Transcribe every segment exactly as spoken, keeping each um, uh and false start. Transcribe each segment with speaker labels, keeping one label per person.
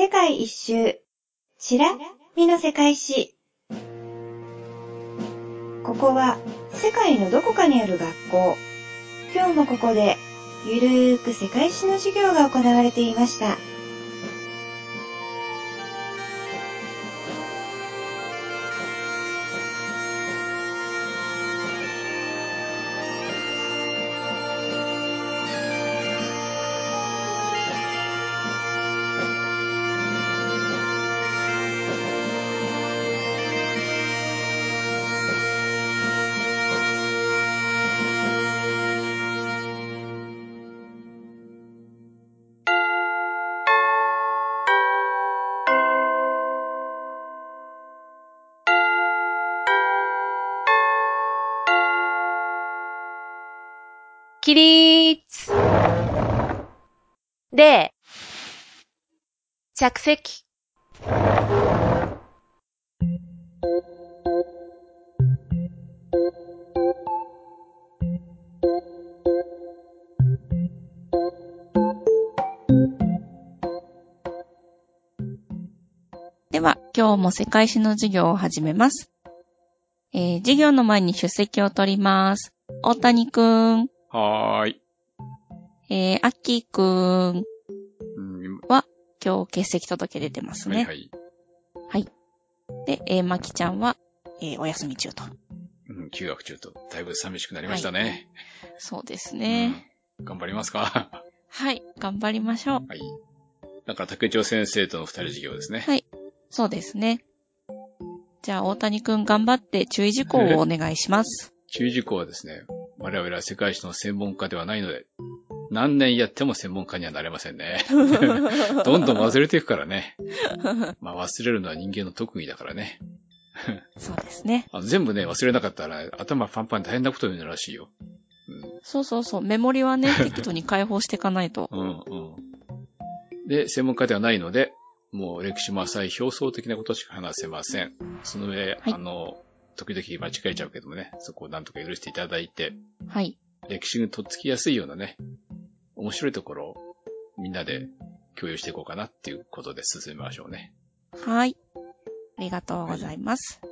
Speaker 1: 世界一周しらみの世界史。ここは世界のどこかにある学校。今日もここでゆるーく世界史の授業が行われていました。
Speaker 2: 起立で、着席。では、今日も世界史の授業を始めます。えー、授業の前に出席を取ります。大谷くん。
Speaker 3: はーい。
Speaker 2: えー、アッキーくん
Speaker 3: うん
Speaker 2: は、今日欠席届出てますね。
Speaker 3: はいはい。
Speaker 2: はい。で、えー、まきちゃんは、えー、お休み中と。
Speaker 3: うん、休学中と、だいぶ寂しくなりましたね。はい、
Speaker 2: そうですね、
Speaker 3: うん。頑張りますか
Speaker 2: はい、頑張りましょう。
Speaker 3: はい。だから竹内先生との二人授業ですね。
Speaker 2: はい。そうですね。じゃあ、大谷くん頑張って注意事項をお願いします。
Speaker 3: 注意事項はですね、我々は世界史の専門家ではないので、何年やっても専門家にはなれませんね。どんどん忘れていくからね。まあ忘れるのは人間の特技だからね。
Speaker 2: そうですね。
Speaker 3: あの全部ね、忘れなかったら頭パンパンで大変なことになるらしいよ。
Speaker 2: うん、そうそうそう。メモリはね、適度に解放していかないと。
Speaker 3: うんうん。で、専門家ではないので、もう歴史も浅い表層的なことしか話せません。その上、はい、あの、時々間違えちゃうけどもね、そこをなんとか許していただいて、
Speaker 2: はい。
Speaker 3: 歴史にとっつきやすいようなね、面白いところをみんなで共有していこうかなっていうことで進めましょうね。
Speaker 2: はい。ありがとうございます。はい、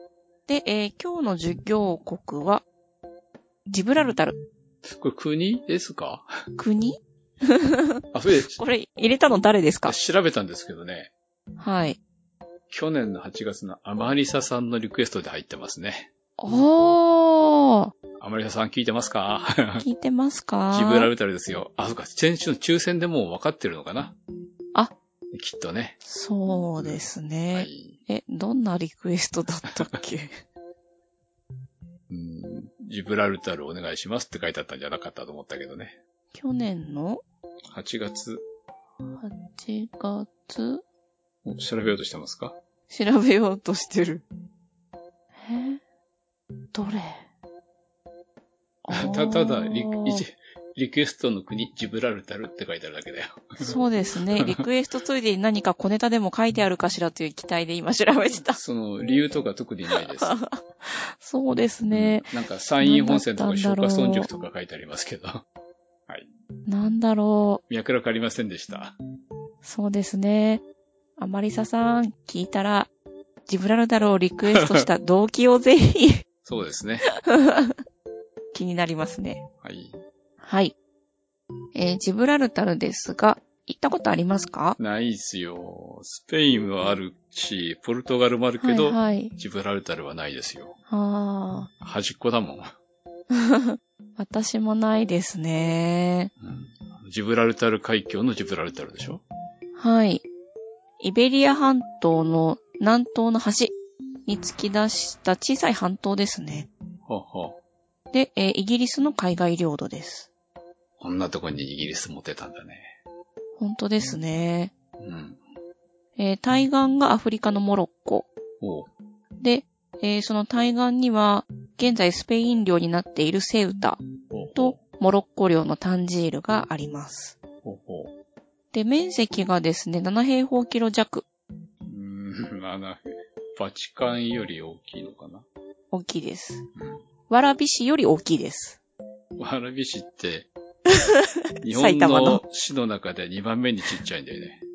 Speaker 2: で、えー、今日の授業国は、ジブラルタル。
Speaker 3: これ国ですか？
Speaker 2: 国
Speaker 3: あ、それ
Speaker 2: これ入れたの誰ですか？
Speaker 3: 調べたんですけどね。
Speaker 2: はい。
Speaker 3: 去年のはちがつのアマリサさんのリクエストで入ってますね。
Speaker 2: おー。
Speaker 3: アマリサさん聞いてますか？
Speaker 2: 聞いてますか？
Speaker 3: ジブラルタルですよ。あ、そうか。先週の抽選でもう分かってるのかな？
Speaker 2: あ。
Speaker 3: きっとね。
Speaker 2: そうですね。
Speaker 3: うん、はい。
Speaker 2: え、どんなリクエストだったっけ？
Speaker 3: うん、ジブラルタルお願いしますって書いてあったんじゃなかったと思ったけどね。
Speaker 2: 去年の
Speaker 3: はちがつ。
Speaker 2: はちがつ
Speaker 3: 調べようとしてますか？
Speaker 2: 調べようとしてる。え？どれ？
Speaker 3: た、ただリ、リクエストの国、ジブラルタルって書いてあるだけだよ。
Speaker 2: そうですね。リクエストついでに何か小ネタでも書いてあるかしらという期待で今調べてた。
Speaker 3: その理由とか特にないです。
Speaker 2: そうですね、
Speaker 3: うん。なんか山陰本線とか松下村塾とか書いてありますけど。はい。
Speaker 2: なんだろう。
Speaker 3: 脈絡ありませんでした。
Speaker 2: そうですね。アマリサさん聞いたら、ジブラルタルをリクエストした動機をぜひ。
Speaker 3: そうですね。
Speaker 2: 気になりますね。
Speaker 3: はい。
Speaker 2: はい。えー、ジブラルタルですが、行ったことありますか？
Speaker 3: ないっすよ。スペインはあるし、ポルトガルもあるけど、はいはい、ジブラルタルはないですよ。
Speaker 2: は
Speaker 3: あ。端っこだもん。
Speaker 2: 私もないですね、
Speaker 3: うん。ジブラルタル海峡のジブラルタルでしょ？
Speaker 2: はい。イベリア半島の南東の端に突き出した小さい半島ですね。
Speaker 3: はは。
Speaker 2: で、えー、イギリスの海外領土です。
Speaker 3: こんなとこにイギリス持ってたんだね。
Speaker 2: 本当ですね。
Speaker 3: うん。
Speaker 2: えー、対岸がアフリカのモロッコ。
Speaker 3: おう。
Speaker 2: で、えー、その対岸には、現在スペイン領になっているセウタとモロッコ領のタンジールがあります。
Speaker 3: ほうほう。
Speaker 2: で、面積がですね、なな平方キロ弱。
Speaker 3: うーん、なな、バチカンより大きいのかな？
Speaker 2: 大きいです。うん、蕨市より大きいです。
Speaker 3: 蕨市って、日本の市の中でにばんめにちっちゃいんだよね。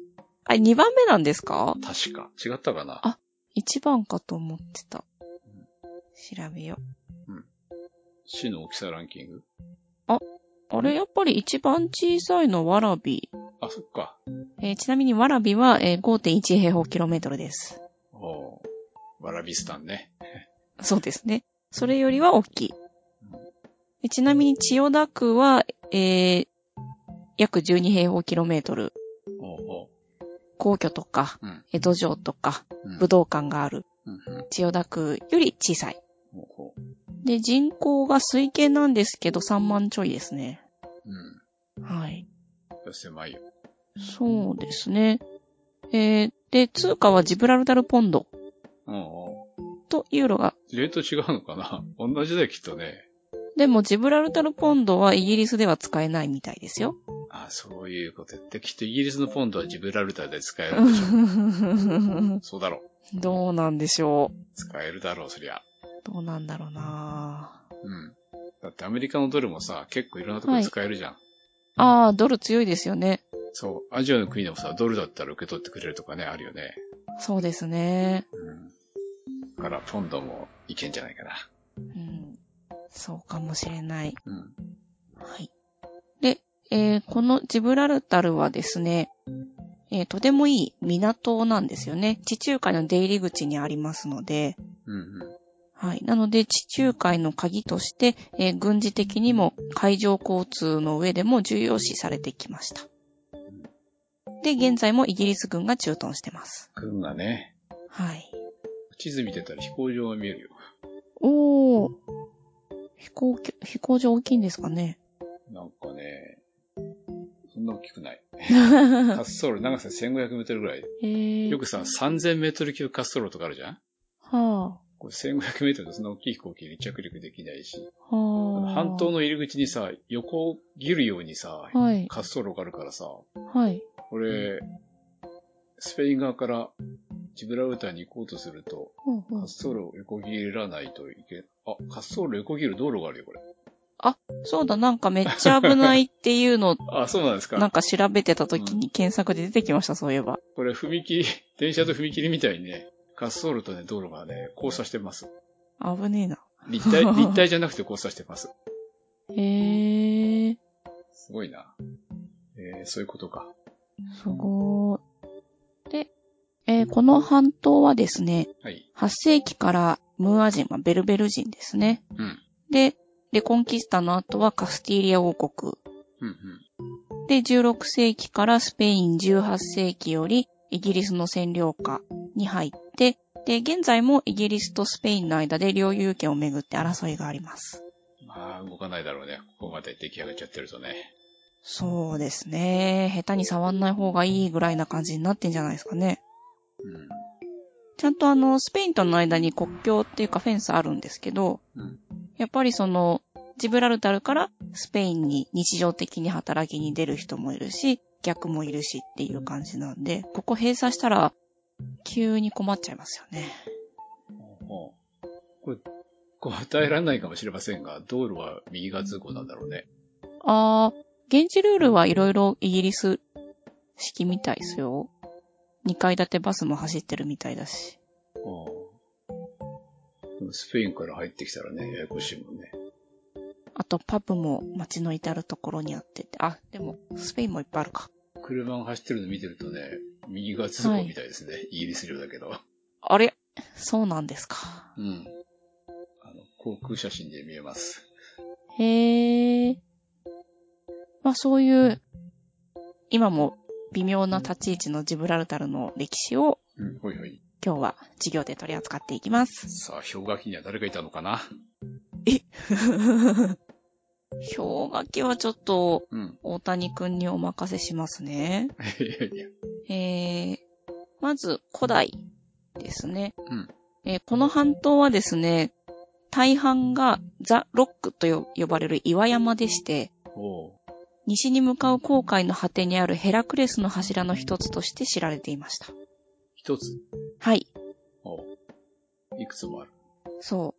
Speaker 2: あ、にばんめなんですか？
Speaker 3: 確か。違ったかな？
Speaker 2: あ、いちばんかと思ってた。調べよ
Speaker 3: う。うん。市の大きさランキング？
Speaker 2: あ、あれやっぱり一番小さいのわらび。
Speaker 3: あ、そっか。
Speaker 2: えー、ちなみにわらびは、えー、ごてんいち 平方キロメートルです。
Speaker 3: おー。わらびスタンね。
Speaker 2: そうですね。それよりは大きい。うん、ちなみに千代田区は、えー、約じゅうに平方キロメートル。
Speaker 3: おうおう。
Speaker 2: 皇居とか、うん、江戸城とか、
Speaker 3: うん、
Speaker 2: 武道館がある、うんうん、千代田区より小さい。
Speaker 3: おうおう。
Speaker 2: で、人口が推計なんですけどさんまんちょいですね。うん。はい。
Speaker 3: 狭いよ。
Speaker 2: そうですね。えー、で、通貨はジブラルタルポンド。
Speaker 3: おうおう。
Speaker 2: とユーロが。
Speaker 3: レート違うのかな？同じだよ、きっとね。
Speaker 2: でも、ジブラルタルポンドはイギリスでは使えないみたいですよ。
Speaker 3: ああ、そういうことやって、きっとイギリスのポンドはジブラルタルで使えるんでしょう。そうだろ
Speaker 2: う。どうなんでしょ
Speaker 3: う。使えるだろう、そりゃ。
Speaker 2: どうなんだろうなぁ。
Speaker 3: うん。だってアメリカのドルもさ、結構いろんなところ使えるじゃん。はい、
Speaker 2: ああ、ドル強いですよね。
Speaker 3: そう。アジアの国でもさ、ドルだったら受け取ってくれるとかね、あるよね。
Speaker 2: そうですね。
Speaker 3: うん。だから、ポンドもいけんじゃないかな。
Speaker 2: うん。そうかもしれない。
Speaker 3: うん。
Speaker 2: はい。で、えー、このジブラルタルはですね、えー、とてもいい港なんですよね。地中海の出入り口にありますので。
Speaker 3: うんうん。
Speaker 2: はい。なので、地中海の鍵として、えー、軍事的にも海上交通の上でも重要視されてきました。で、現在もイギリス軍が駐屯してます。
Speaker 3: 軍がね。
Speaker 2: はい。
Speaker 3: 地図見てたら飛行場が見えるよ。
Speaker 2: おー。飛行、飛行場大きいんですかね。
Speaker 3: なんかね、そんな大きくない。滑走路長させんごひゃくメートルぐらい。
Speaker 2: へー。
Speaker 3: よくさ、さんぜんメートル級滑走路とかあるじゃん？
Speaker 2: はぁ。
Speaker 3: これせんごひゃくメートルでそんな大きい飛行機に着陸できないし。
Speaker 2: はぁ。
Speaker 3: 半島の入り口にさ、横を切るようにさ、はい、滑走路があるからさ。はい。これ、スペイン側からジブラルターに行こうとすると、うんうん、滑走路を横切らないといけ、あ、滑走路横切る道路があるよ、これ。
Speaker 2: あ、そうだ、なんかめっちゃ危ないっていうの
Speaker 3: あ、そうなんですか。
Speaker 2: なんか調べてた時に検索で出てきました、うん、そういえば。
Speaker 3: これ、踏切、電車と踏切みたいにね、滑走路とね、道路がね、交差してます。
Speaker 2: 危ねえな。
Speaker 3: 立体、立体じゃなくて交差してます。
Speaker 2: へー。
Speaker 3: すごいな。えー、そういうことか。
Speaker 2: すごー。で、えー、この半島はですね、はい、はっせいきからムーア人はベルベル人ですね。うん、で、レコンキスタの後はカスティーリア王国。うんうん、で、じゅうろくせいきからスペインじゅうはっせいきよりイギリスの占領下に入って、で、現在もイギリスとスペインの間で領有権をめぐって争いがあります。
Speaker 3: まあ、動かないだろうね。ここまで出来上がっちゃってるとね。
Speaker 2: そうですね。下手に触んない方がいいぐらいな感じになってんじゃないですかね。うん、ちゃんとあの、スペインとの間に国境っていうかフェンスあるんですけど、うん、やっぱりその、ジブラルタルからスペインに日常的に働きに出る人もいるし、逆もいるしっていう感じなんで、ここ閉鎖したら、急に困っちゃいますよね。
Speaker 3: これ、答えられないかもしれませんが、道路は右側通行なんだろうね。
Speaker 2: あー、現地ルールはいろいろイギリス式みたいですよ。にかい建てバスも走ってるみたいだし。
Speaker 3: ああ。スペインから入ってきたらね、ややこしいもんね。
Speaker 2: あとパブも街の至るところにあってて、あ、でもスペインもいっぱいあるか。
Speaker 3: 車が走ってるの見てるとね、右側通行みたいですね。はい、イギリス領だけど。
Speaker 2: あれ？そうなんですか。
Speaker 3: うん。あの、航空写真で見えます。
Speaker 2: へー。まあそういう、今も微妙な立ち位置のジブラルタルの歴史を、
Speaker 3: うん、ほいほい。
Speaker 2: 今日は授業で取り扱っていきます。
Speaker 3: さあ、氷河期には誰がいたのかな？
Speaker 2: え氷河期はちょっと、大谷くんにお任せしますね。いやいや。えー、まず、古代ですね。うん、えー、この半島はですね、大半がザ・ロックと呼ばれる岩山でして、お西に向かう航海の果てにあるヘラクレスの柱の一つとして知られていました。
Speaker 3: 一つ？はい。おいくつもある。
Speaker 2: そう。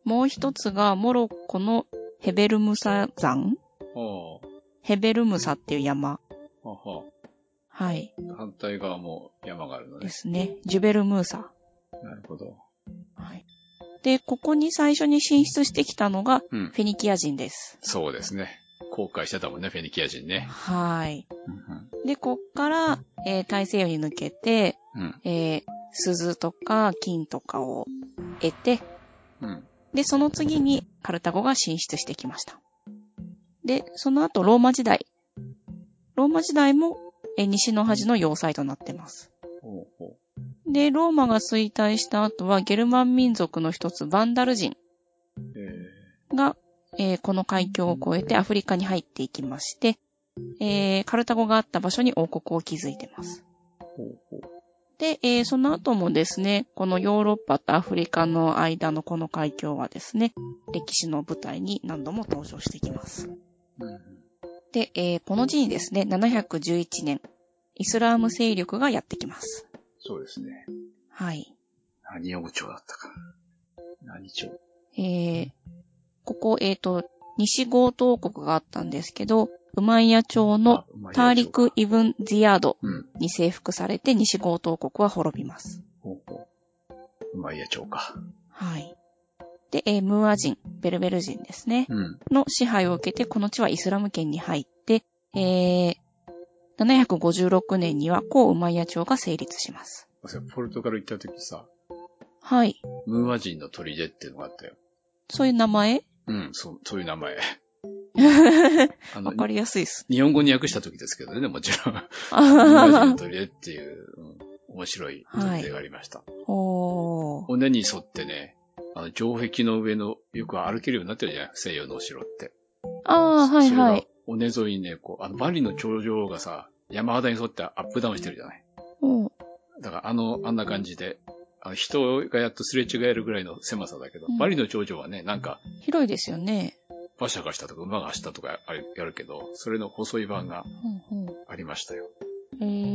Speaker 2: もう一つがモロッコのヘベルムサ山？ヘベルムサっていう山。はははい。
Speaker 3: 反対側も山があるのね。
Speaker 2: ですね。ジュベルムーサ。
Speaker 3: なるほど。
Speaker 2: はい。で、ここに最初に進出してきたのが、フェニキア人です、
Speaker 3: うん。そうですね。航海してたもんね、フェニキア人ね。
Speaker 2: はい。うんうん、で、こっから、えー、大西洋に抜けて、うん、えー、鈴とか金とかを得て、うん、で、その次にカルタゴが進出してきました。で、その後ローマ時代。ローマ時代も、えー、西の端の要塞となってます。ほうほう。で、ローマが衰退した後はゲルマン民族の一つバンダル人が、えー、この海峡を越えてアフリカに入っていきまして、えー、カルタゴがあった場所に王国を築いてます。ほうほう。で、えー、その後もですね、このヨーロッパとアフリカの間のこの海峡はですね、歴史の舞台に何度も登場してきます。うん、で、えー、この地にですね、ななひゃくじゅういちねん、イスラーム勢力がやってきます。
Speaker 3: そうですね。
Speaker 2: はい。
Speaker 3: 何王朝だったか。何朝？
Speaker 2: えー、ここ、えっと、西ゴート王国があったんですけど、ウマイヤ朝のターリク・イブン・ズィヤードに征服されて西ゴート王国は滅びます。
Speaker 3: ほうほう。ウマイヤ朝か。
Speaker 2: はい。で、えー、ムーア人、ベルベル人ですね、うん。の支配を受けて、この地はイスラム圏に入って、えー、ななひゃくごじゅうろくねんには古ウマイヤ朝が成立します。
Speaker 3: ポルトガル行った時さ、
Speaker 2: はい。
Speaker 3: ムーア人の砦っていうのがあったよ。
Speaker 2: そういう名前？
Speaker 3: うん、そう、そういう名前。
Speaker 2: わかりやすいです。
Speaker 3: 日本語に訳した時ですけどね、もちろん。ムーア人の砦っていう、うん、面白い砦がありました。はい、おー。尾根に沿ってね、あの城壁の上のよく歩けるようになってるじゃない西洋のお城って。
Speaker 2: ああ、はいはい。
Speaker 3: 尾根沿いにね、こう、あの、バリの頂上がさ、山肌に沿ってアップダウンしてるじゃない。うん。だからあの、あんな感じで、あの人がやっとすれ違えるぐらいの狭さだけど、うん、バリの頂上はね、なんか。
Speaker 2: 広いですよね。
Speaker 3: 馬車がしたとか馬が走ったとかやるけど、それの細い版がありましたよ。へ、うんうん、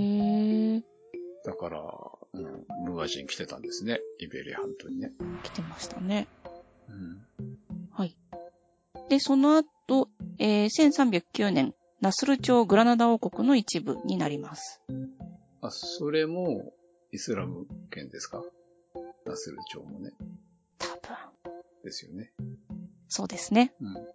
Speaker 3: ー。だから、うん、ムーア人来てたんですね。イベリア半島にね。
Speaker 2: 来てましたね。うん。はい。で、その後、えー、せんさんびゃくきゅうねん、ナスル朝グラナダ王国の一部になります。
Speaker 3: あ、それもイスラム圏ですか？ナスル朝もね。
Speaker 2: 多分。
Speaker 3: ですよね。
Speaker 2: そうですね。うん。はい。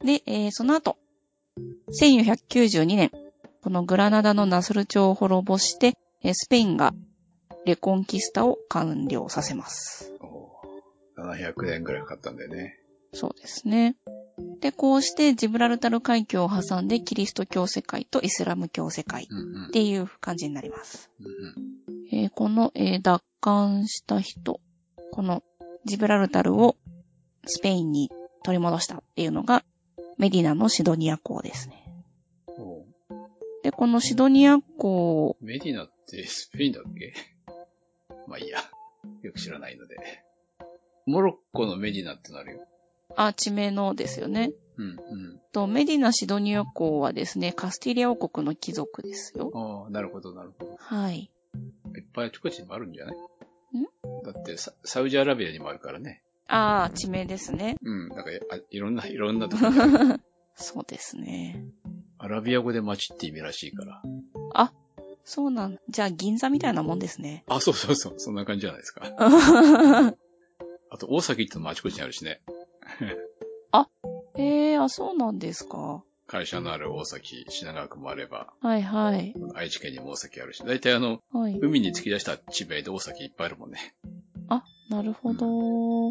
Speaker 2: で、えー、その後、せんよんひゃくきゅうじゅうにねん、このグラナダのナスル朝を滅ぼして、スペインがレコンキスタを完了させます。
Speaker 3: おー、ななひゃくねんぐらいかかったんだよね。
Speaker 2: そうですね。で、こうしてジブラルタル海峡を挟んでキリスト教世界とイスラム教世界っていう感じになります。うんうん、えー、この、えー、奪還した人、このジブラルタルをスペインに取り戻したっていうのがメディナのシドニア港ですね。おで、このシドニア港、
Speaker 3: メディナってスペインだっけ？まあいいや。よく知らないので。モロッコのメディナってなるよ。
Speaker 2: あ、地名のですよね。うんうん。と、メディナ・シドニア公はですね、カスティリア王国の貴族ですよ。
Speaker 3: ああ、なるほど、なるほど。
Speaker 2: はい。
Speaker 3: いっぱいあちこちにもあるんじゃない？んだってサ、サウジアラビアにもあるからね。
Speaker 2: ああ、地名ですね。
Speaker 3: うん、なんかあいろんな、いろんなところにある。
Speaker 2: そうですね。
Speaker 3: アラビア語で街って意味らしいから。
Speaker 2: あ、そうなんだ。じゃあ銀座みたいなもんですね。
Speaker 3: あ、そうそうそう、そんな感じじゃないですか。あと、大崎ってのもあちこちにあるしね。
Speaker 2: あ、へえ、あ、そうなんですか。
Speaker 3: 会社のある大崎、品川区もあれば。
Speaker 2: はいはい。
Speaker 3: 愛知県にも大崎あるし。だいたいあの、はい、海に突き出した地名で大崎いっぱいあるもんね。
Speaker 2: あ、なるほど。うんはい、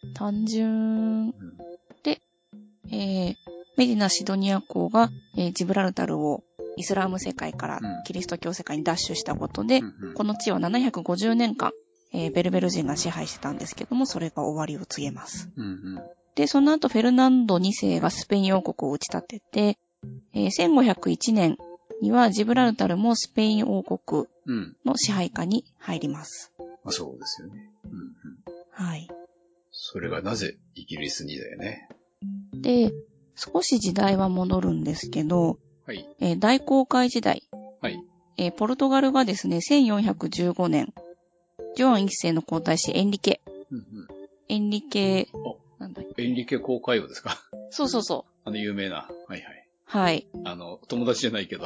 Speaker 2: 単純、うん。で、えー、メディナ・シドニア公が、えー、ジブラルタルをイスラム世界からキリスト教世界に奪取したことで、うんうん、この地をななひゃくごじゅうねんかん、えー、ベルベル人が支配してたんですけども、それが終わりを告げます。うんうん、で、その後フェルナンドにせいがスペイン王国を打ち立てて、えー、せんごひゃくいちねんにはジブラルタルもスペイン王国の支配下に入ります。
Speaker 3: うん、あ、そうですよね、うんうん。
Speaker 2: はい。
Speaker 3: それがなぜイギリスにだよね。
Speaker 2: で、少し時代は戻るんですけど、はいえー、大航海時代、はいえー、ポルトガルがですね、せんよんひゃくじゅうごねん、ジョアン一世の皇太子エンリケ、うんうん、エンリケ、
Speaker 3: なんだっけエンリケ公海王ですか？
Speaker 2: そうそうそう。
Speaker 3: あの有名な、はいはい。
Speaker 2: はい。
Speaker 3: あの、友達じゃないけど。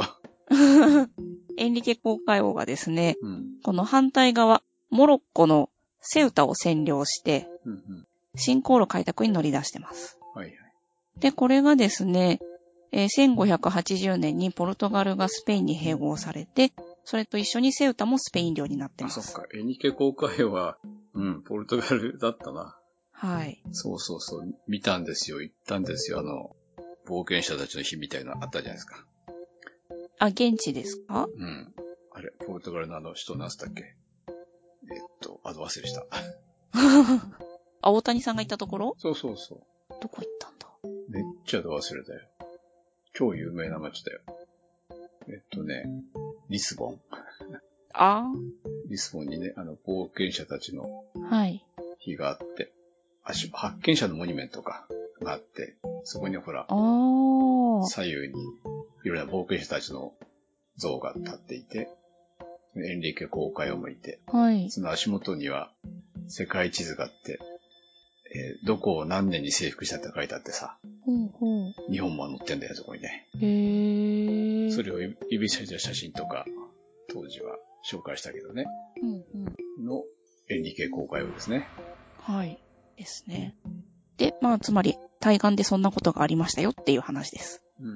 Speaker 2: エンリケ公会王がですね、
Speaker 3: うん、
Speaker 2: この反対側、モロッコのセウタを占領して、うんうん、新航路開拓に乗り出してます。はいはい、で、これがですね、えー、せんごひゃくはちじゅうねんにポルトガルがスペインに併合されて、それと一緒にセウタもスペイン領になってます。
Speaker 3: あ、そっか。エンリケ公会王は、うん、ポルトガルだったな。
Speaker 2: はい。
Speaker 3: そうそうそう。見たんですよ。行ったんですよ。あの、冒険者たちの日みたいなのあったじゃないですか。
Speaker 2: あ、現地ですか？
Speaker 3: うん。あれ、ポルトガルのあの首都なんすだっけ？えっと、あの忘れした。
Speaker 2: あ、大谷さんが行ったところ？
Speaker 3: そうそうそう。
Speaker 2: どこ行ったんだ？
Speaker 3: めっちゃど忘れたよ。超有名な街だよ。えっとね、リスボン。
Speaker 2: ああ。
Speaker 3: リスボンにね、あの、冒険者たちの日があって、はい、発見者のモニュメントがあって、そこにほら、左右にいろんな冒険者たちの像が立っていて、エンリケ公会を向いて、はい、その足元には世界地図があって、えー、どこを何年に征服したって書いてあってさ、ほうほう、日本も載ってんだよ、そこにね。へー。それを指さした写真とか、当時は紹介したけどね。うんうん、のエンリケ公会をですね。
Speaker 2: はい。ですね。で、まあ、つまり、対岸でそんなことがありましたよっていう話です。うんうん、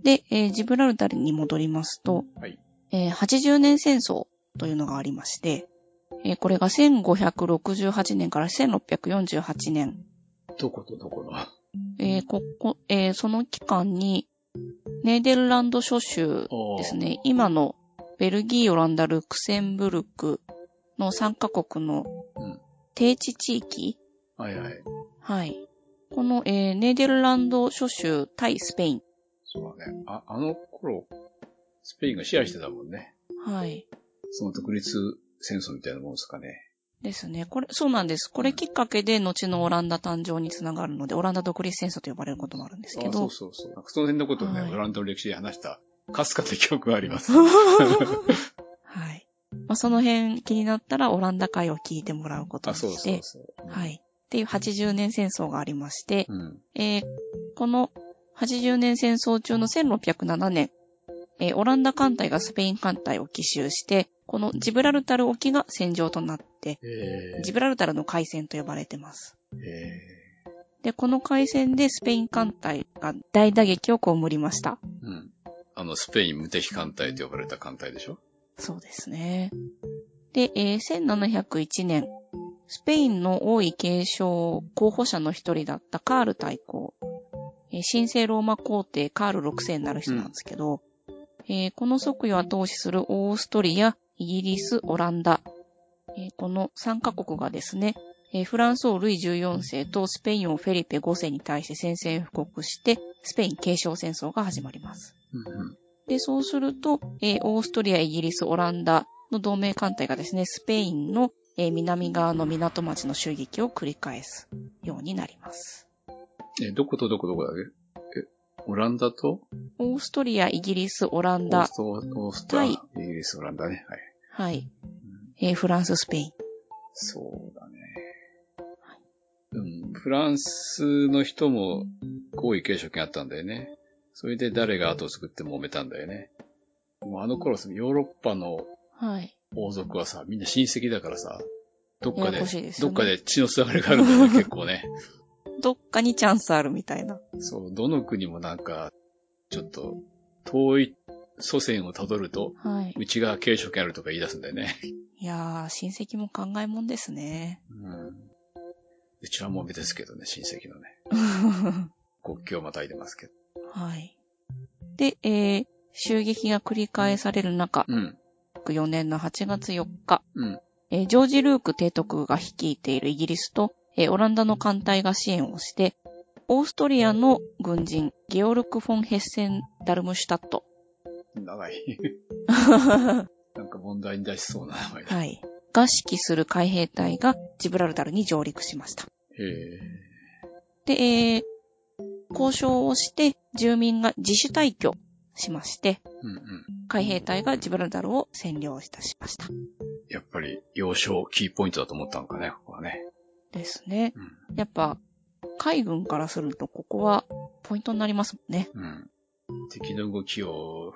Speaker 2: で、えー、ジブラルタルに戻りますと、はい、えー、はちじゅうねん戦争というのがありまして、えー、これがせんごひゃくろくじゅうはちねんからせんろっぴゃくよんじゅうはちねん。
Speaker 3: どことどこの？
Speaker 2: えー、ここ、えー、その期間に、ネーデルランド諸州ですね、今のベルギー、オランダ、ルクセンブルクのさんカ国の低地地域、うん、はいはい。はい。この、えー、ネーデルランド諸州対スペイン。
Speaker 3: そうだね。あ、あの頃、スペインが支配してたもんね。はい。その独立戦争みたいなもんですかね。
Speaker 2: ですね。これ、そうなんです。これきっかけで後のオランダ誕生につながるので、オランダ独立戦争と呼ばれることもあるんですけど。あ、
Speaker 3: そうそうそう。その辺のことをね、はい、オランダの歴史で話した、かすかな記憶があります。は
Speaker 2: い。まあ、その辺気になったらオランダ会を聞いてもらうことにして。あ、そうそうそう。うん、はい。っていうはちじゅうねん戦争がありまして、うん、えー、このはちじゅうねん戦争中のせんろっぴゃくななねん、えー、オランダ艦隊がスペイン艦隊を奇襲して、このジブラルタル沖が戦場となって、ジブラルタルの海戦と呼ばれてます。で、この海戦でスペイン艦隊が大打撃を被りました。
Speaker 3: うん。あの、スペイン無敵艦隊と呼ばれた艦隊でしょ？
Speaker 2: そうですね。で、えー、せんななひゃくいちねん、スペインの王位継承候補者の一人だったカール大公、えー、神聖ローマ皇帝カールろくせいになる人なんですけど、うん、えー、この即位を後押しするオーストリア、イギリス、オランダ、えー、このさんカ国がですね、えー、フランス王ルイじゅうよんせいとスペイン王フェリペごせいに対して宣戦布告して、スペイン継承戦争が始まります。うんうん、で、そうすると、えー、オーストリア、イギリス、オランダの同盟艦隊がですね、スペインの、えー、南側の港町の襲撃を繰り返すようになります。
Speaker 3: え、どことどこどこだっけ？え、オランダと
Speaker 2: オーストリア、イギリス、オランダ。
Speaker 3: オースト、オーストリア、イギリス、オランダね。はい。
Speaker 2: はい。うん、えー、フランス、スペイン。
Speaker 3: そうだね。はい、うん。フランスの人も皇位継承権あったんだよね。それで誰が後を継ぐって揉めたんだよね。もうあの頃、ヨーロッパの王族はさ、はい、みんな親戚だからさ、どっかで、でね、どっかで血のつながりがあるんだよね、結構ね。
Speaker 2: どっかにチャンスあるみたいな。
Speaker 3: そう、どの国もなんか、ちょっと、遠い祖先をたどると、はい、うちが継承権あるとか言い出すんだよね。
Speaker 2: いやー、親戚も考えもんですね。
Speaker 3: うん。うちはもめですけどね、親戚のね。国境をまたいでますけど。
Speaker 2: はい。で、えー、襲撃が繰り返される中、うん、よねんのはちがつよっか、うんえー、ジョージ・ルーク提督が率いているイギリスと、えー、オランダの艦隊が支援をして、オーストリアの軍人、ゲオルク・フォン・ヘッセン・ダルムシュタット。
Speaker 3: 長い。なんか問題に出しそうな名前だ。
Speaker 2: はい。が指揮する海兵隊がジブラルタルに上陸しました。へー。で、えー、交渉をして、住民が自主退去しまして、うんうん、海兵隊がジブラルタルを占領いたしました。
Speaker 3: やっぱり要衝キーポイントだと思ったのかね、ここはね。
Speaker 2: ですね。うん、やっぱ、海軍からするとここはポイントになりますもんね。
Speaker 3: うん。敵の動きを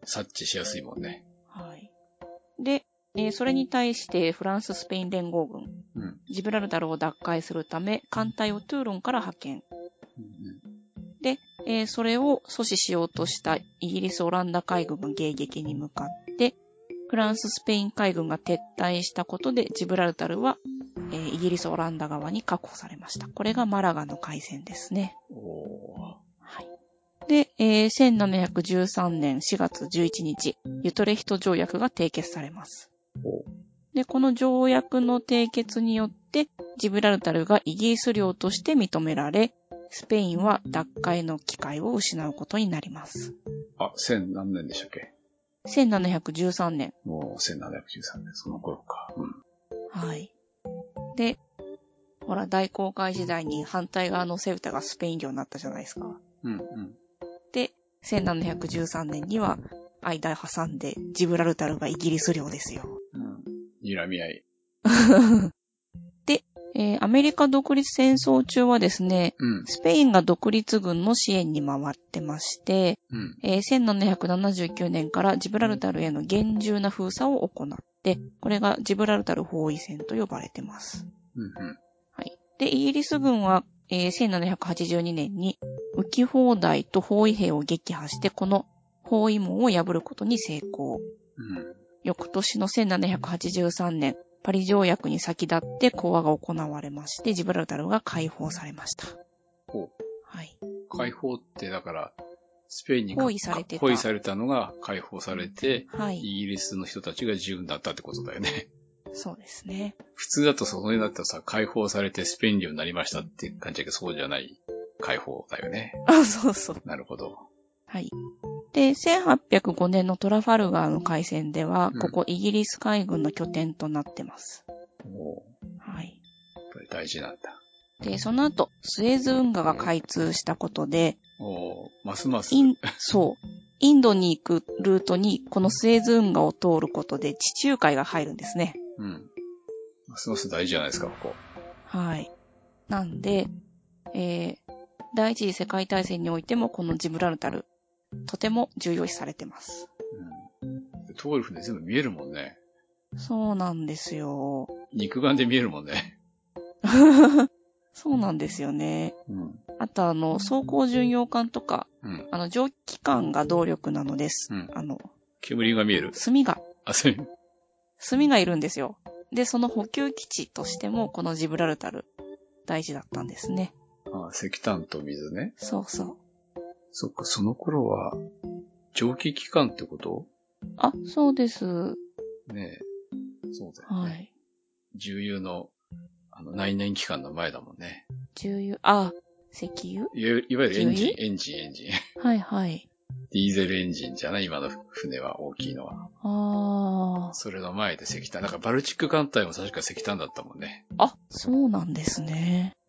Speaker 3: 察知しやすいもんね。
Speaker 2: はい。で、えー、それに対してフランス・スペイン連合軍、うん、ジブラルタルを奪回するため艦隊をトゥーロンから派遣。うんうん、で、えー、それを阻止しようとしたイギリス・オランダ海軍が迎撃に向かって、フランス・スペイン海軍が撤退したことでジブラルタルは、えー、イギリス・オランダ側に確保されました。これがマラガの海戦ですね。
Speaker 3: おー。
Speaker 2: はい。で、えー、せんななひゃくじゅうさんねんしがつじゅういちにち、ユトレヒト条約が締結されます。で、この条約の締結によって、ジブラルタルがイギリス領として認められ、スペインは奪回の機会を失うことになります。
Speaker 3: あ、千何年でしたっけ？
Speaker 2: せんななひゃくじゅうさんね
Speaker 3: ん。もうせんななひゃくじゅうさんねん、その頃か。うん。
Speaker 2: はい。で、ほら、大航海時代に反対側のセウタがスペイン領になったじゃないですか。
Speaker 3: うんうん。で、
Speaker 2: せんななひゃくじゅうさんねんには、間挟んで、ジブラルタルがイギリス領ですよ。
Speaker 3: うん。睨み合い。
Speaker 2: で、えー、アメリカ独立戦争中はですね、うん、スペインが独立軍の支援に回ってまして、うんえー、せんななひゃくななじゅうきゅうねんからジブラルタルへの厳重な封鎖を行って、これがジブラルタル包囲戦と呼ばれてます。うんうんはい、で、イギリス軍は、えー、せんななひゃくはちじゅうにねんに浮き砲台と包囲兵を撃破して、この包囲網を破ることに成功。うん、翌年のせんななひゃくはちじゅうさんねん、パリ条約に先立って講和が行われまして、ジブラルタルが解放されました。
Speaker 3: ほう。はい。解放ってだから、スペインに包囲されてた。包囲されたのが解放されて、はい。イギリスの人たちが自由になったってことだよね。
Speaker 2: そうですね。
Speaker 3: 普通だとそこになったらさ、解放されてスペイン領になりましたって感じだけど、そうじゃない解放だよね。
Speaker 2: あ、そうそう。
Speaker 3: なるほど。
Speaker 2: はい。で、せんはっぴゃくごねんのトラファルガーの海戦では、うん、ここイギリス海軍の拠点となってます。
Speaker 3: おはい。やっぱり大事なんだ。
Speaker 2: で、その後、スエズ運河が開通したことで、
Speaker 3: おますます。
Speaker 2: イン、そう。インドに行くルートに、このスエズ運河を通ることで地中海が入るんですね。
Speaker 3: うん。ますます大事じゃないですか、ここ。
Speaker 2: はい。なんで、えー、第一次世界大戦においてもこのジブラルタル、とても重要視されてます。
Speaker 3: うん。通る船全部見えるもんね。
Speaker 2: そうなんですよ。
Speaker 3: 肉眼で見えるもんね。
Speaker 2: そうなんですよね。うん、あとあの、装甲巡洋艦とか、うん、あの、蒸気艦が動力なのです。うん、あの、
Speaker 3: 煙が見える。
Speaker 2: 炭が。
Speaker 3: あ、そういう。
Speaker 2: 炭がいるんですよ。で、その補給基地としても、このジブラルタル、大事だったんですね。
Speaker 3: ああ、石炭と水ね。
Speaker 2: そうそう。
Speaker 3: そっか、その頃は、蒸気機関ってこと？
Speaker 2: あ、そうです。
Speaker 3: ねえ。そうだよね。はい。重油の、あの、内燃機関の前だもんね。
Speaker 2: 重油、あ、石油
Speaker 3: いわ、いわゆるエンジン、エンジン、エンジン。
Speaker 2: はいはい。
Speaker 3: ディーゼルエンジンじゃない今の船は大きいのは。ああ。それの前で石炭。なんかバルチック艦隊も確か石炭だったもんね。
Speaker 2: あ、そうなんですね。
Speaker 3: うん。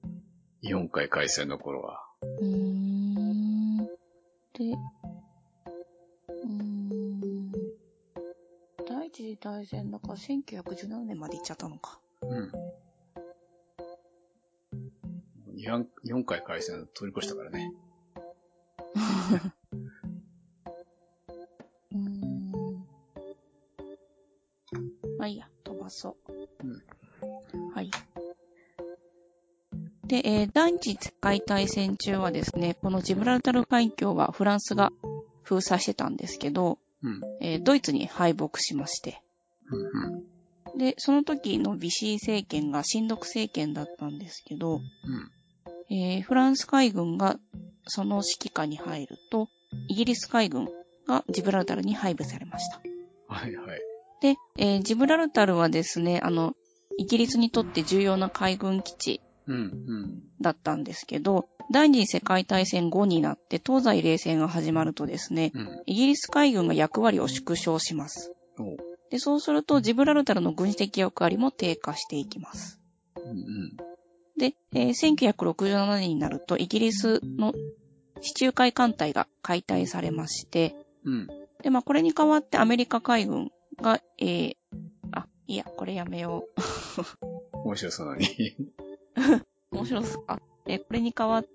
Speaker 3: 日本海海戦の頃は。
Speaker 2: うーん。で、うーん。第一次大戦だからせんきゅうひゃくじゅうななねんまで行っちゃったのか。うん。
Speaker 3: 日本、日本海海戦通り越したからね。
Speaker 2: うーん。まあいいや、飛ばそう。うん。はい。で、えー、第一次世界大戦中はですね、このジブラルタル海峡はフランスが封鎖してたんですけど、うんえー、ドイツに敗北しまして、うんうん、で、その時のビシー政権が親独政権だったんですけど、うんえー、フランス海軍がその指揮下に入ると、イギリス海軍がジブラルタルに配備されました。
Speaker 3: はいはい。
Speaker 2: で、えー、ジブラルタルはですね、あの、イギリスにとって重要な海軍基地だったんですけど、うんうん、第二次世界大戦後になって東西冷戦が始まるとですね、うん、イギリス海軍が役割を縮小します。で、そうするとジブラルタルの軍事的役割も低下していきます。うんうん、で、えー、せんきゅうひゃくろくじゅうななねんになるとイギリスの地中海艦隊が解体されまして、うん、で、まあこれに代わってアメリカ海軍が、えー、あ、いや、これやめよう。
Speaker 3: 面白そうなに。
Speaker 2: 面白そうか。えー、これに代わって、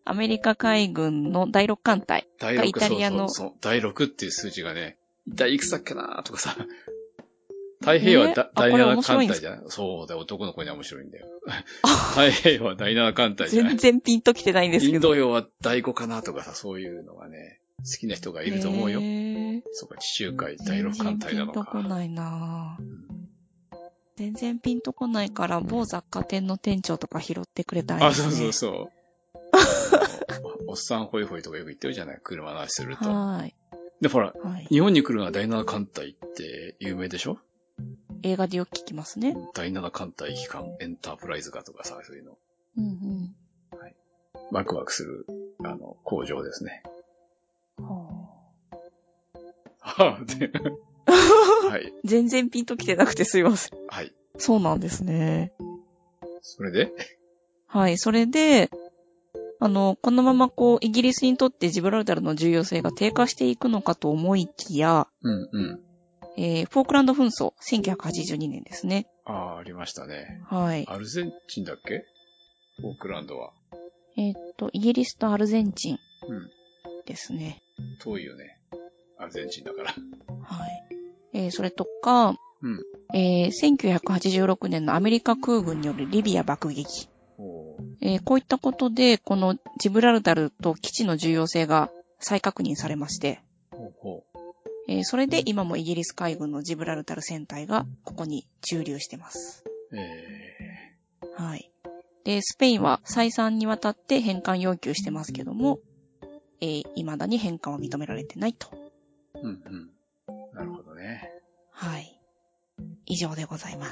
Speaker 2: アメリカ海軍のだいろく艦隊がイタリアの。
Speaker 3: そうそうそう。だいろくっていう数字がね、第いくつだっけなーとかさ。太平洋はだ、えー、だいなな艦隊じゃない？そうだ、男の子には面白いんだよ。太平洋はだいなな艦隊じゃない？
Speaker 2: 全然ピンときてないんですけど。
Speaker 3: インド洋はだいごかなとかさ、そういうのがね、好きな人がいると思うよ。そうか、地中海だいろく艦隊なのか。
Speaker 2: 全然ピンとこないなぁ、うん、全然ピンとこないから、某雑貨店の店長とか拾ってくれたらいいですね。
Speaker 3: あ、そうそうそう。おっさんホイホイとかよく言ってるじゃない？車の話すると。はい。で、ほら、はい、日本に来るのはだいなな艦隊って有名でしょ？
Speaker 2: 映画でよく聞きますね。
Speaker 3: だいなな艦隊機関エンタープライズかとかさ、そういうの。
Speaker 2: うんうん。
Speaker 3: はい。ワクワクする、あの、工場ですね。
Speaker 2: は
Speaker 3: ぁ。はぁ、はい。
Speaker 2: 全然ピンときてなくてすいません。
Speaker 3: はい。
Speaker 2: そうなんですね。
Speaker 3: それで？
Speaker 2: はい、それで、あの、このままこう、イギリスにとってジブラルタルの重要性が低下していくのかと思いきや、
Speaker 3: うんうん。
Speaker 2: えー、フォークランド紛争、せんきゅうひゃくはちじゅうにねんですね。
Speaker 3: ああ、ありましたね。
Speaker 2: はい。
Speaker 3: アルゼンチンだっけ？フォークランドは。
Speaker 2: えー、っと、イギリスとアルゼンチンですね。
Speaker 3: うん。遠いよね。アルゼンチンだから。
Speaker 2: はい。えー、それとか、
Speaker 3: うん。
Speaker 2: えー、せんきゅうひゃくはちじゅうろくねんのアメリカ空軍によるリビア爆撃。えー、こういったことで、このジブラルタルと基地の重要性が再確認されまして、
Speaker 3: ほうほう。
Speaker 2: えー、それで今もイギリス海軍のジブラルタル戦隊がここに駐留してます。
Speaker 3: え
Speaker 2: ー、はい。で、スペインは再三にわたって返還要求してますけども、えー、未だに返還は認められてないと。
Speaker 3: うんうん。なるほどね。
Speaker 2: はい。以上でございます。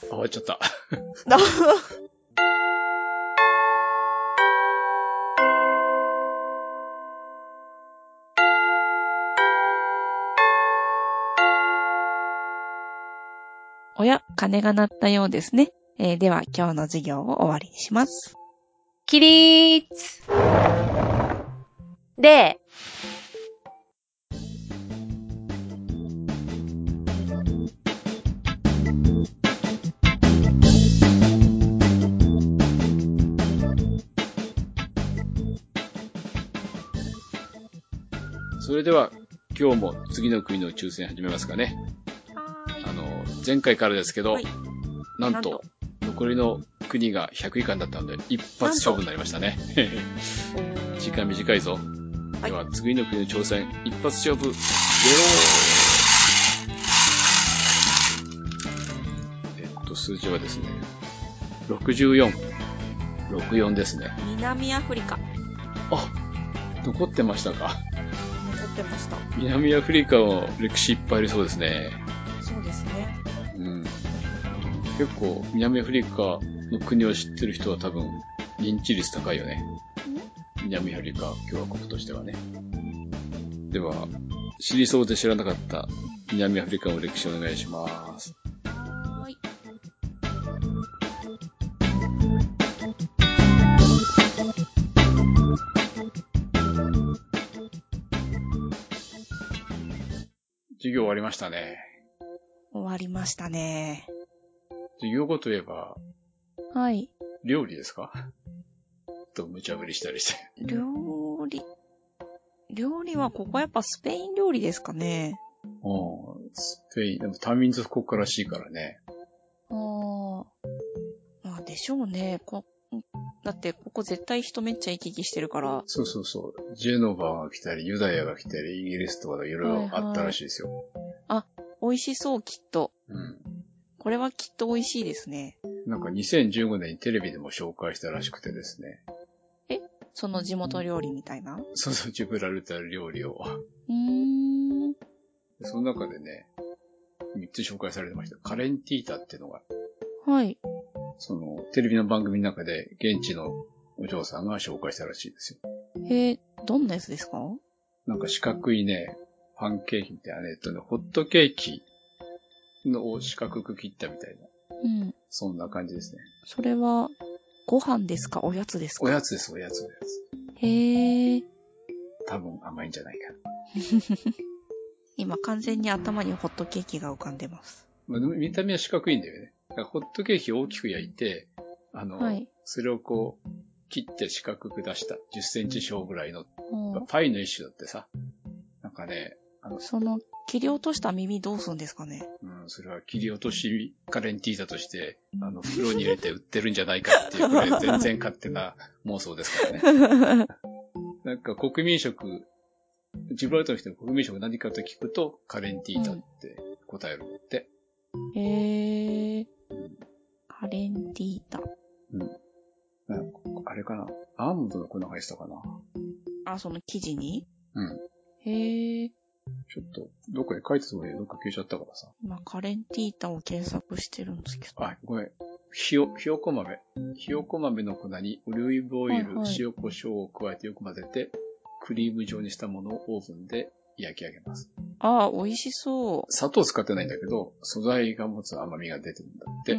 Speaker 3: 終わっちゃった。
Speaker 2: おや、鐘が鳴ったようですね。えー、では今日の授業を終わりにします。
Speaker 4: 起立で、
Speaker 3: それでは今日も次の国の抽選始めますかね。
Speaker 4: はい。
Speaker 3: あの、前回からですけど、
Speaker 2: はい、
Speaker 3: なんと、なんと残りの国がひゃく以下になったので、一発勝負になりましたね。時間短いぞ。はい、では、次の国の挑戦、一発勝負、ゼロー。えっと、数字はですね、ろくじゅうよん。ろくじゅうよんですね。
Speaker 2: 南アフリカ。
Speaker 3: あ、残ってましたか。
Speaker 2: 残ってました。
Speaker 3: 南アフリカは歴史いっぱいありそうですね。
Speaker 2: そうですね。
Speaker 3: うん。結構、南アフリカの国を知ってる人は多分、認知率高いよね。南アフリカ共和国としてはね。では、知りそうで知らなかった南アフリカの歴史をお願いします。
Speaker 2: はーい。
Speaker 3: 授業終わりましたね。
Speaker 2: 終わりましたね。
Speaker 3: 授業後といえば、
Speaker 2: はい。
Speaker 3: 料理ですか？と無茶ぶりしたりして。
Speaker 2: 料理。料理はここやっぱスペイン料理ですかね。
Speaker 3: ああ、スペイン、でも多民族国家らしいからね。
Speaker 2: ああ。まあでしょうね。こだってここ絶対人めっちゃ行き来してるから。
Speaker 3: そうそうそう。ジェノバが来たり、ユダヤが来たり、イギリスとかいろいろあったらしいですよ。はいはい、
Speaker 2: あ、美味しそうきっと。
Speaker 3: うん。
Speaker 2: これはきっと美味しいですね。
Speaker 3: なんかにせんじゅうごねんにテレビでも紹介したらしくてですね。
Speaker 2: え？その地元料理みたいな？
Speaker 3: そうそう、ジブラルタル料理を。
Speaker 2: うーん。
Speaker 3: その中でね、みっつ紹介されてました。カレンティータっていうのが。
Speaker 2: はい。
Speaker 3: その、テレビの番組の中で現地のお嬢さんが紹介したらしいですよ。
Speaker 2: へえ、どんなやつですか？
Speaker 3: なんか四角いね、パンケーキみたいなね、えっとね、ホットケーキのを四角く切ったみたいな。
Speaker 2: うん。
Speaker 3: そんな感じですね。
Speaker 2: それは、ご飯ですか？おやつですか？
Speaker 3: おやつです、おやつおや
Speaker 2: つ。へえ。
Speaker 3: 多分甘いんじゃないかな。
Speaker 2: 今完全に頭にホットケーキが浮かんでます。
Speaker 3: まあ、見た目は四角いんだよね。だからホットケーキを大きく焼いて、あの、はい、それをこう、 切って四角く出したじゅっセンチ小ぐらいの、パイの一種だってさ。なんかね、
Speaker 2: あの、その、切り落とした耳どうするんですかね。
Speaker 3: うん、それは切り落としカレンティータとして、あの、袋に入れて売ってるんじゃないかっていう、これ全然勝手な妄想ですからね。なんか国民食、ジブラルタルの人の国民食何かと聞くと、カレンティータって答えるのって。
Speaker 2: うん、へー。カレンティータ。
Speaker 3: うん。なんかあれかな。アーモンドの粉が入ってたかな。
Speaker 2: あ、その生地に？
Speaker 3: うん。
Speaker 2: へー。
Speaker 3: ちょっと、どっかに書いてたのにどっか消えちゃったからさ。
Speaker 2: 今、カレンティータを検索してるんですけど。
Speaker 3: あ、ごめん。ひよ、ひよこ豆。ひよこ豆の粉にオリーブオイル、はいはい、塩コショウを加えてよく混ぜて、クリーム状にしたものをオーブンで焼き上げます。
Speaker 2: ああ、美味しそう。
Speaker 3: 砂糖使ってないんだけど、素材が持つ甘みが出てるんだって。
Speaker 2: うん、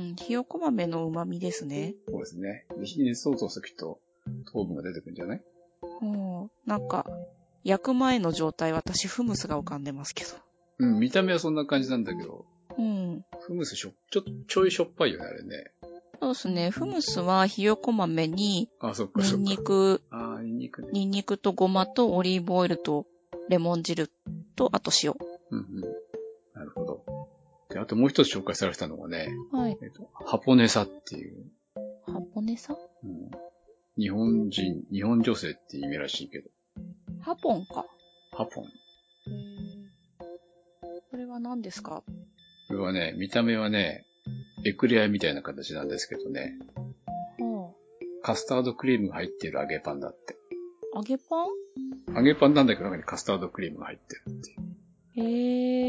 Speaker 2: ひよこ豆の旨味ですね。
Speaker 3: そうですね。で、火熱相当すると糖分が出てくるんじゃない？
Speaker 2: うん、なんか、焼く前の状態、私、フムスが浮かんでますけど。
Speaker 3: うん、見た目はそんな感じなんだけど。
Speaker 2: うん。
Speaker 3: フムスしょ、ちょっと、ちょいしょっぱいよね、あれね。
Speaker 2: そうですね。フムスはひよこ豆に、
Speaker 3: あ、そっかそっか。
Speaker 2: ニンニク、
Speaker 3: あ、ニンニクね。
Speaker 2: ニンニクとごまとオリーブオイルとレモン汁と、あと塩。
Speaker 3: うんうん。なるほど。で、あともう一つ紹介されてたのがね、
Speaker 2: はい。
Speaker 3: えっと、ハポネサっていう。
Speaker 2: ハポネサ？
Speaker 3: うん。日本人、日本女性って意味らしいけど。
Speaker 2: ハポンか。
Speaker 3: ハポン。へ
Speaker 2: ー。これは何ですか？
Speaker 3: これはね、見た目はね、エクレアみたいな形なんですけどね。
Speaker 2: はあ、
Speaker 3: カスタードクリームが入っている揚げパンだって。
Speaker 2: 揚げパン？
Speaker 3: 揚げパンなんだけど中にカスタードクリームが入ってるっていう。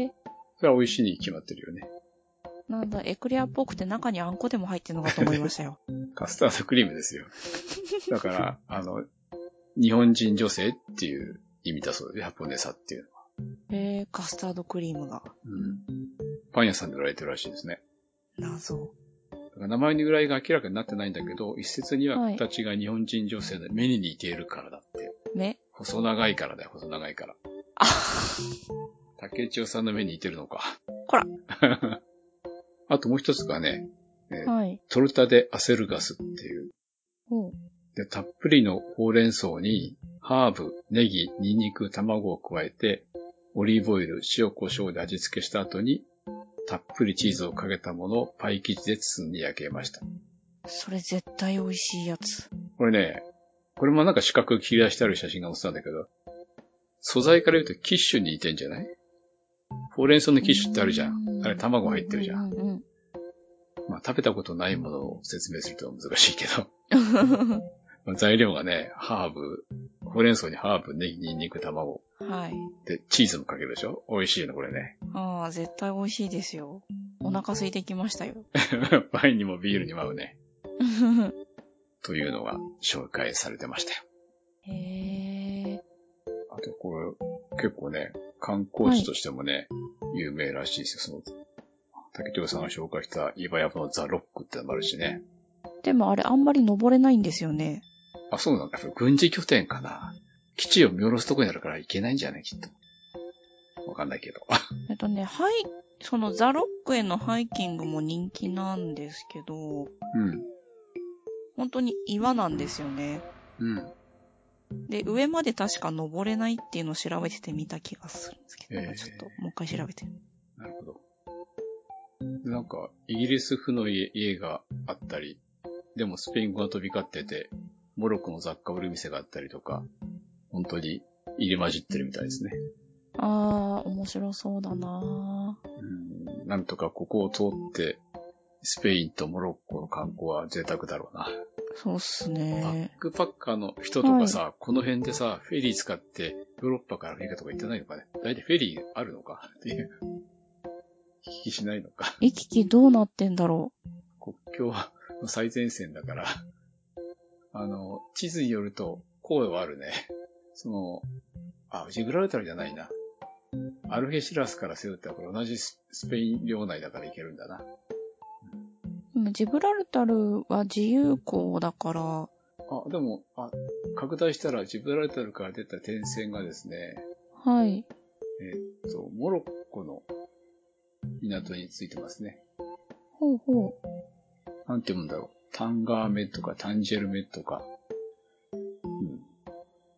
Speaker 2: へー。
Speaker 3: それは美味しいに決まってるよね。
Speaker 2: なんだ、エクレアっぽくて中にあんこでも入ってるのかと思いましたよ。
Speaker 3: カスタードクリームですよ。だから、あの、日本人女性っていう意味だそうで、ハポネサっていうのは。
Speaker 2: へー、カスタードクリームが。
Speaker 3: うん。パン屋さんで売られてるらしいですね。
Speaker 2: 謎。
Speaker 3: だから名前の由来が明らかになってないんだけど、一説には形が日本人女性の目に似ているからだって。
Speaker 2: 目？
Speaker 3: 細長いからだよ、細長いから。
Speaker 2: あ
Speaker 3: 竹千代さんの目に似てるのか。
Speaker 2: こら。
Speaker 3: あともう一つがね、えー
Speaker 2: はい、
Speaker 3: トルタデアセルガスっていう。
Speaker 2: うん、
Speaker 3: で、たっぷりのほうれん草に、ハーブ、ネギ、ニンニク、卵を加えて、オリーブオイル、塩、胡椒で味付けした後に、たっぷりチーズをかけたものをパイ生地で包んで焼けました。
Speaker 2: それ絶対美味しいやつ。
Speaker 3: これね、これもなんか四角く切り出してある写真が載ってたんだけど、素材から言うとキッシュに似てんじゃない？ほうれん草のキッシュってあるじゃん。あれ卵入ってるじゃん。うんうんうん、まあ食べたことないものを説明すると難しいけど。まあ材料がね、ハーブ、ほうれん草にハーブ、ネギ、ニンニク、卵。
Speaker 2: はい。
Speaker 3: で、チーズもかけるでしょ？美味しいのこれね。
Speaker 2: ああ、絶対美味しいですよ。お腹空いてきましたよ。
Speaker 3: ワインにもビールにも合うね。というのが紹介されてましたよ。
Speaker 2: へー。
Speaker 3: あとこれ、結構ね、観光地としてもね、はい、有名らしいですよ。その、竹長さんが紹介した岩山のザ・ロックってのもあるしね。
Speaker 2: でもあれあんまり登れないんですよね。
Speaker 3: あ、そうなんだ。やっぱ軍事拠点かな。基地を見下ろすとこにあるから行けないんじゃないきっと。わかんないけど。
Speaker 2: えっとね、ハイ、そのザ・ロックへのハイキングも人気なんですけど、うん。本当に岩なんですよね。うん。で、上まで確か登れないっていうのを調べててみた気がするんですけど、えー、ちょっともう一回調べて。
Speaker 3: なるほど。なんか、イギリス風の家、家があったり、でもスペイン語が飛び交ってて、モロッコの雑貨売る店があったりとか、本当に入り混じってるみたいですね。
Speaker 2: あー、面白そうだなぁ。
Speaker 3: うん、なんとかここを通って、スペインとモロッコの観光は贅沢だろうな。
Speaker 2: そうっすね。
Speaker 3: バックパッカーの人とかさ、はい、この辺でさ、フェリー使ってヨーロッパからアフリカとか行ってないのかね。だいたいフェリーあるのかっていう。行き来しないのか。
Speaker 2: 行き来どうなってんだろう。
Speaker 3: 国境の最前線だから、あの、地図によると、こうはあるね。その、あ、ジブラルタルじゃないな。アルヘシラスからセウタはこれ同じスペイン領内だから行けるんだな。
Speaker 2: ジブラルタルは自由港だから。あ、
Speaker 3: でも、あ、拡大したらジブラルタルから出た点線がですね。
Speaker 2: はい。
Speaker 3: えっと、モロッコの港についてますね。
Speaker 2: ほうほう。
Speaker 3: なんて読むんだろう。タンガーメとかタンジェルメとか。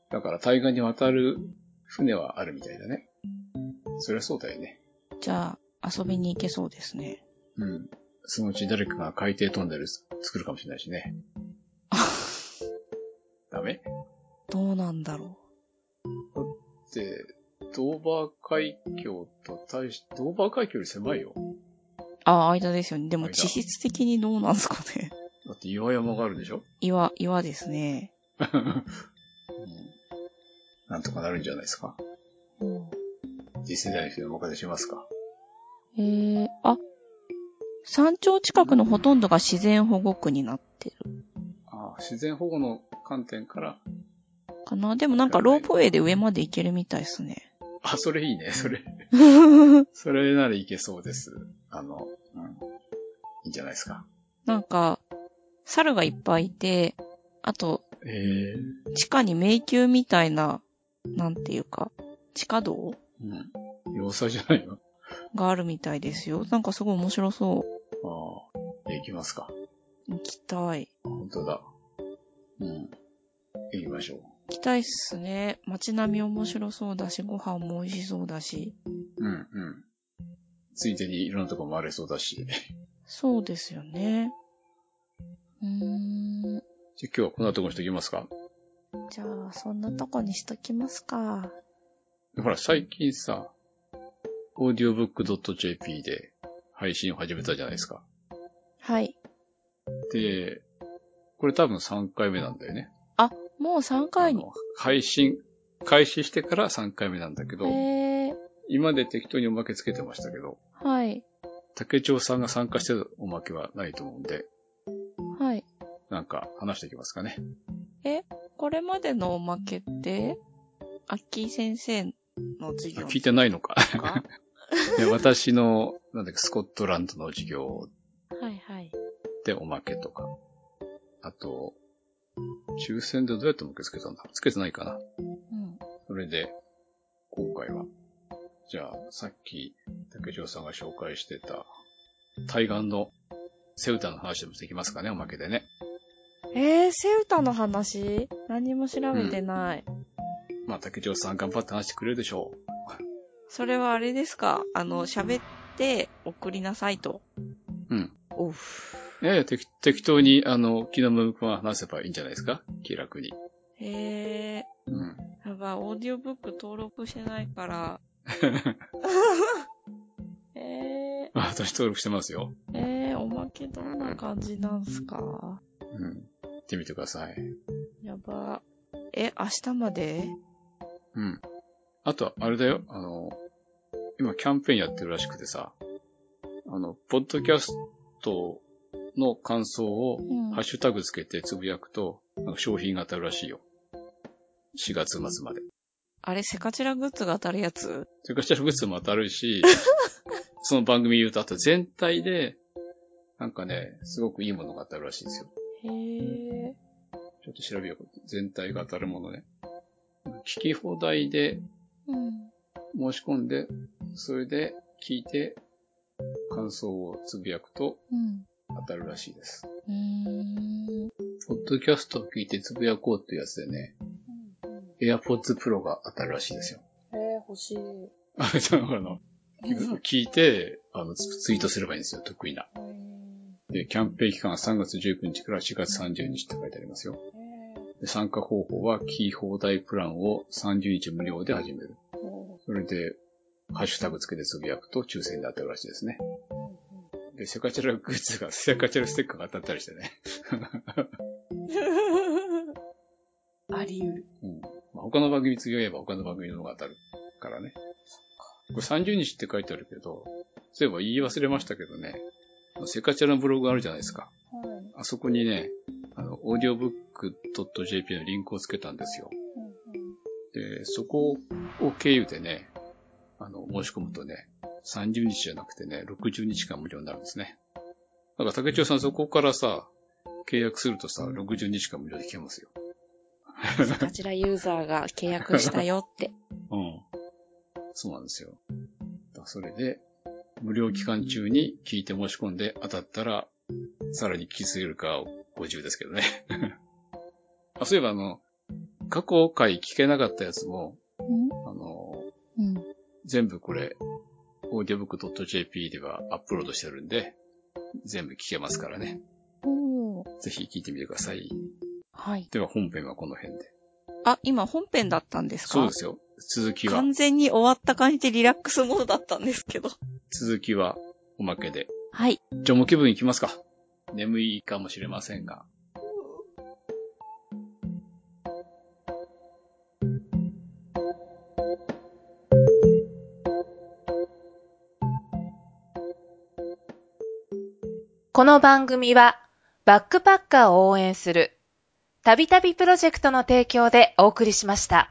Speaker 3: だから対岸に渡る船はあるみたいだね。そりゃそうだよね。
Speaker 2: じゃあ、遊びに行けそうですね。
Speaker 3: うん。そのうち誰かが海底トンネル作るかもしれないしね。ダメ？
Speaker 2: どうなんだろ
Speaker 3: う。だって、ドーバー海峡と対し、ドーバー海峡より狭いよ。
Speaker 2: ああ、間ですよね。でも地質的にどうなんですかね。
Speaker 3: だって岩山があるでしょ？
Speaker 2: 岩、岩ですね。
Speaker 3: うん。なんとかなるんじゃないですか。うん。次世代の人にお任せしますか。
Speaker 2: えー、あ、山頂近くのほとんどが自然保護区になってる。
Speaker 3: ああ、自然保護の観点から。
Speaker 2: かな。でもなんかロープウェイで上まで行けるみたいですね。
Speaker 3: あ、それいいね、それ。それなら行けそうです。あの、うん。いいんじゃないですか。
Speaker 2: なんか、猿がいっぱいいて、あと、
Speaker 3: えー、
Speaker 2: 地下に迷宮みたいな、なんていうか、地下道？
Speaker 3: うん。要塞じゃないの？
Speaker 2: があるみたいですよ。なんかすごい面白そう。
Speaker 3: ああ、行きますか。
Speaker 2: 行きたい。
Speaker 3: 本当だ。うん。行きましょう。
Speaker 2: 行きたいっすね。街並み面白そうだし、ご飯も美味しそうだし。
Speaker 3: うんうん。ついでにいろんなとこ回れそうだし。
Speaker 2: そうですよね。うーん。
Speaker 3: じゃあ今日はこんなとこにしときますか？
Speaker 2: じゃあ、そんなとこにしときますか。
Speaker 3: ほら、最近さ、オーディオブックドットジェーピー で配信を始めたじゃないですか。
Speaker 2: はい。
Speaker 3: で、これ多分さんかいめなんだよね。
Speaker 2: あ、もうさんかいに。
Speaker 3: 配信、開始してからさんかいめなんだけど、
Speaker 2: へー。
Speaker 3: 今で適当におまけつけてましたけど、
Speaker 2: はい。
Speaker 3: 竹長さんが参加してるおまけはないと思うんで、
Speaker 2: はい。なん
Speaker 3: か話していきますかね。
Speaker 2: え、これまでのおまけって、アッキー先生の授業
Speaker 3: 聞いてないのかいや私の、なんだっけ、スコットランドの授業
Speaker 2: はいはい。
Speaker 3: でおまけとか、あと、抽選でどうやっておまけつけたんだ？つけてないかな。うん。それで、今回は、じゃあ、さっき、竹城さんが紹介してた、対岸のセウタの話でもできますかね、おまけでね。
Speaker 2: えー、セウタの話？何も調べてない。うん、
Speaker 3: まあ、竹城さん頑張って話してくれるでしょう。
Speaker 2: それはあれですか？あの、喋って送りなさいと。
Speaker 3: うん。
Speaker 2: おう。
Speaker 3: ええ、適適当に、あの、気の向くまま話せばいいんじゃないですか？気楽に。
Speaker 2: へえ。うん。やばい、オーディオブック登録してないから。ええー。
Speaker 3: あ、私登録してますよ。
Speaker 2: ええー、おまけどんな感じなんすか？
Speaker 3: うん。行ってみてください。
Speaker 2: やば。え、明日まで？
Speaker 3: うん。あとは、あれだよ。あの、今キャンペーンやってるらしくてさ、あの、ポッドキャストの感想をハッシュタグつけてつぶやくと、なんか商品が当たるらしいよ。しがつ末まで。
Speaker 2: あれ、セカチラグッズが当たるやつ？
Speaker 3: セカチラグッズも当たるし、その番組言うと、あと全体で、なんかね、すごくいいものが当たるらしいんですよ。へー。ちょっと調べよう。全体が当たるものね。聞き放題で、申し込んで、それで聞いて、感想をつぶやくと、当たるらしいです。うん。ポッドキャストを聞いてつぶやこうっていうやつでね、AirPods Pro が当たるらしいですよ。
Speaker 2: へえ、欲しい。
Speaker 3: あ、そうなの。聞いて、あの、ツイートすればいいんですよ、得意な。で、キャンペーン期間はさんがつじゅうくにちからしがつさんじゅうにちって書いてありますよ。で、参加方法は、キー放題プランをさんじゅうにち無料で始める。それで、ハッシュタグつけてつぶやくと抽選で当たるらしいですね。で、セカチャラグッズが、セカチャラステッカーが当たったりしてね。
Speaker 2: あり得る。
Speaker 3: うん。まあ、他の番組次は言えば他の番組の方が当たるからね。これさんじゅうにちって書いてあるけど、そういえば言い忘れましたけどね、セカチャラのブログあるじゃないですか。はい、あそこにね、あの、オーディオブックドットジェーピー のリンクをつけたんですよ。うんうん、で、そこを経由でね、あの、申し込むとね、さんじゅうにちじゃなくてね、ろくじゅうにちかん無料になるんですね。だから竹千代さんそこからさ、契約するとさ、ろくじゅうにちかん無料で聞けますよ。
Speaker 2: こちらユーザーが契約したよって。
Speaker 3: うん。そうなんですよ。だそれで、無料期間中に聞いて申し込んで当たったら、さらに聞きすぎるかご自由ですけどね。あ、そういえばあの、 過去回聞けなかったやつも、
Speaker 2: うん
Speaker 3: あの、
Speaker 2: うん、
Speaker 3: 全部これ、オーディオブックドットジェーピー ではアップロードしてるんで、全部聞けますからね。
Speaker 2: お
Speaker 3: ぜひ聞いてみてください。
Speaker 2: はい。
Speaker 3: では本編はこの辺で。
Speaker 2: あ、今本編だったんですか？
Speaker 3: そうですよ。続きは。
Speaker 2: 完全に終わった感じでリラックスモードだったんですけど。
Speaker 3: 続きはおまけで。
Speaker 2: はい。
Speaker 3: じゃあもう気分いきますか。眠いかもしれませんが。
Speaker 4: この番組はバックパッカーを応援するたびたびプロジェクトの提供でお送りしました。